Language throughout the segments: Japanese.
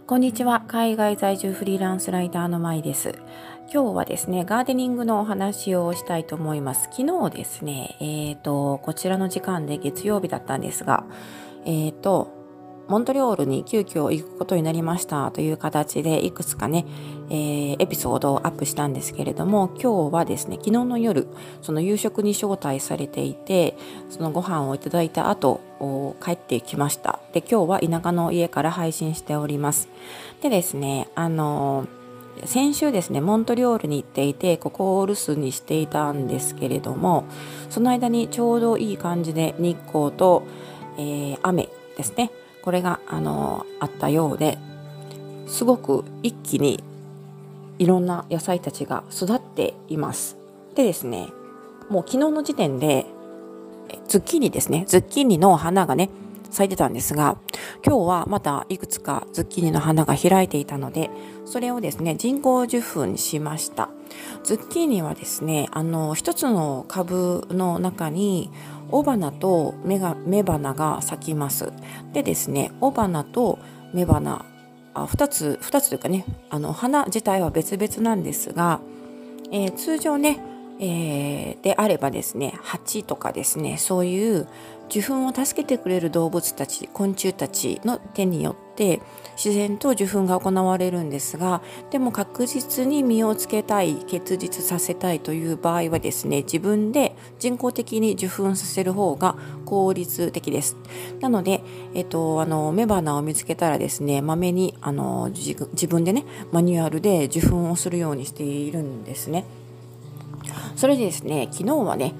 こんにちは。海外在住フリーランスライターのまいです。今日はですね、ガーデニングのお話をしたいと思います。昨日ですね、こちらの時間で月曜日だったんですが、モントリオールに急遽行くことになりましたという形でいくつかね、エピソードをアップしたんですけれども、今日はですね、昨日の夜、その夕食に招待されていて、そのご飯をいただいた後、帰ってきました。で、今日は田舎の家から配信しております。でですね、先週ですね、モントリオールに行っていて、ここを留守にしていたんですけれども、その間にちょうどいい感じで日光と、雨ですね、これがあったようで、すごく一気にいろんな野菜たちが育っています。でですね、もう昨日の時点でズッキーニですね、ズッキーニの花がね咲いてたんですが、今日はまたいくつかズッキーニの花が開いていたので、それをですね人工授粉しました。ズッキーニはですね、一つの株の中に雄花と雌花が咲きます。でですね、雄花と雌花2つというかね、花自体は別々なんですが、通常ね、であればですね、蜂とかですね、そういう受粉を助けてくれる動物たち、昆虫たちの手によって自然と受粉が行われるんですが、でも確実に実をつけたい、結実させたいという場合はですね、自分で人工的に受粉させる方が効率的です。なので、雌花を見つけたらですね、まめに自分でね、マニュアルで受粉をするようにしているんですね。それでですね、昨日はね、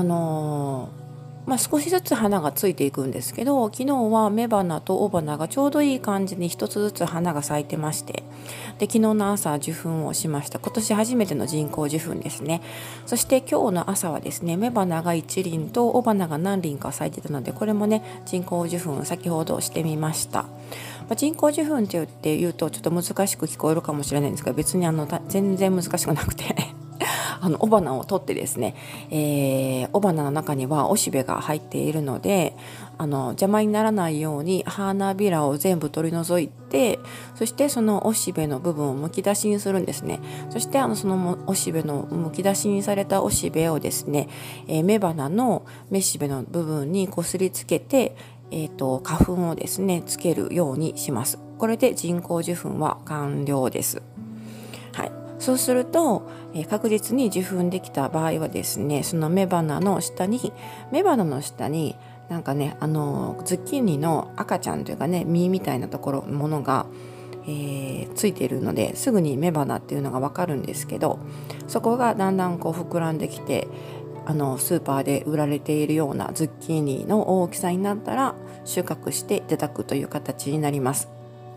少しずつ花がついていくんですけど、昨日は雌花と雄花がちょうどいい感じに一つずつ花が咲いてまして、で昨日の朝受粉をしました。今年初めての人工受粉ですね。そして今日の朝はですね、雌花が1輪と雄花が何輪か咲いてたので、これもね人工受粉先ほどしてみました。人工受粉って言うとちょっと難しく聞こえるかもしれないんですが、別に全然難しくなくて雄花を取ってですね、雄花の中にはおしべが入っているので、邪魔にならないように花びらを全部取り除いて、そしてそのおしべの部分をむき出しにするんですね。そしてそのおしべのむき出しにされたおしべをですね、雌花の雌しべの部分にこすりつけて、花粉をですねつけるようにします。これで人工授粉は完了です。はい、そうすると、確実に受粉できた場合はですね、その雌花の下になんかね、ズッキーニの赤ちゃんというかね、実みたいなものが、ついているので、すぐに雌花っていうのがわかるんですけど、そこがだんだんこう膨らんできて、スーパーで売られているようなズッキーニの大きさになったら収穫していただくという形になります。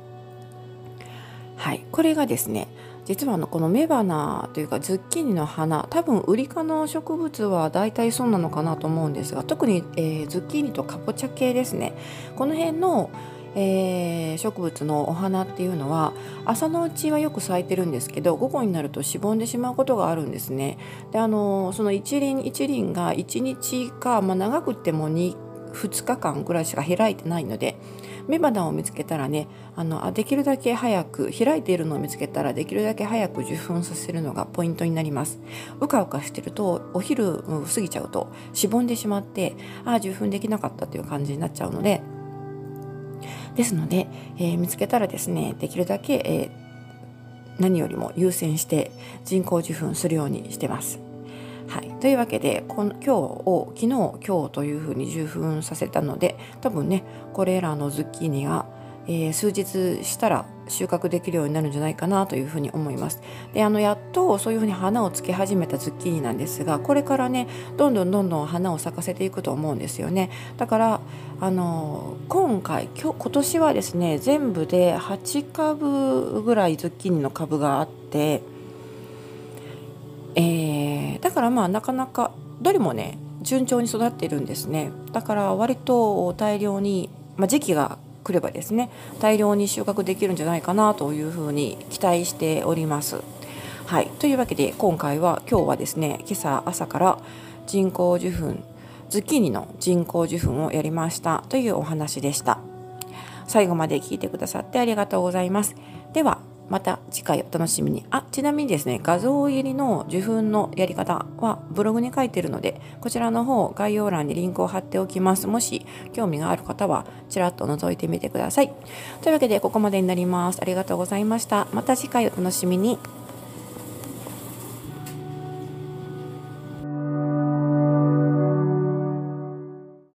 はい、これがですね、実はこの雌花というかズッキーニの花、多分ウリ科の植物は大体そうなのかなと思うんですが、特に、ズッキーニとカボチャ系ですね、この辺の、植物のお花っていうのは朝のうちはよく咲いてるんですけど、午後になるとしぼんでしまうことがあるんですね。でその一輪一輪が1日か、長くても2日間ぐらいしか開いてないので、雌花を見つけたらね、できるだけ早く開いているのを見つけたらできるだけ早く受粉させるのがポイントになります。うかうかしてるとお昼過ぎちゃうとしぼんでしまって、受粉できなかったという感じになっちゃうので、ですので、見つけたらですね、できるだけ、何よりも優先して人工受粉するようにしてます。はい、というわけで昨日今日というふうに受粉させたので、多分ねこれらのズッキーニが、数日したら収穫できるようになるんじゃないかなというふうに思います。でやっとそういうふうに花をつけ始めたズッキーニなんですが、これからねどんどん花を咲かせていくと思うんですよね。だから今年はですね、全部で8株ぐらいズッキーニの株があって、だからなかなかどれもね順調に育っているんですね。だから割と大量に、時期が来ればですね、大量に収穫できるんじゃないかなというふうに期待しております。はい、というわけで今日はですね、今朝朝から人工授粉、ズッキーニの人工授粉をやりましたというお話でした。 最後まで聞いてくださってありがとうございます。ではまた次回お楽しみに。ちなみにですね、画像入りの受粉のやり方はブログに書いているので、こちらの方概要欄にリンクを貼っておきます。もし興味がある方はちらっと覗いてみてください。というわけでここまでになります。ありがとうございました。また次回お楽しみに。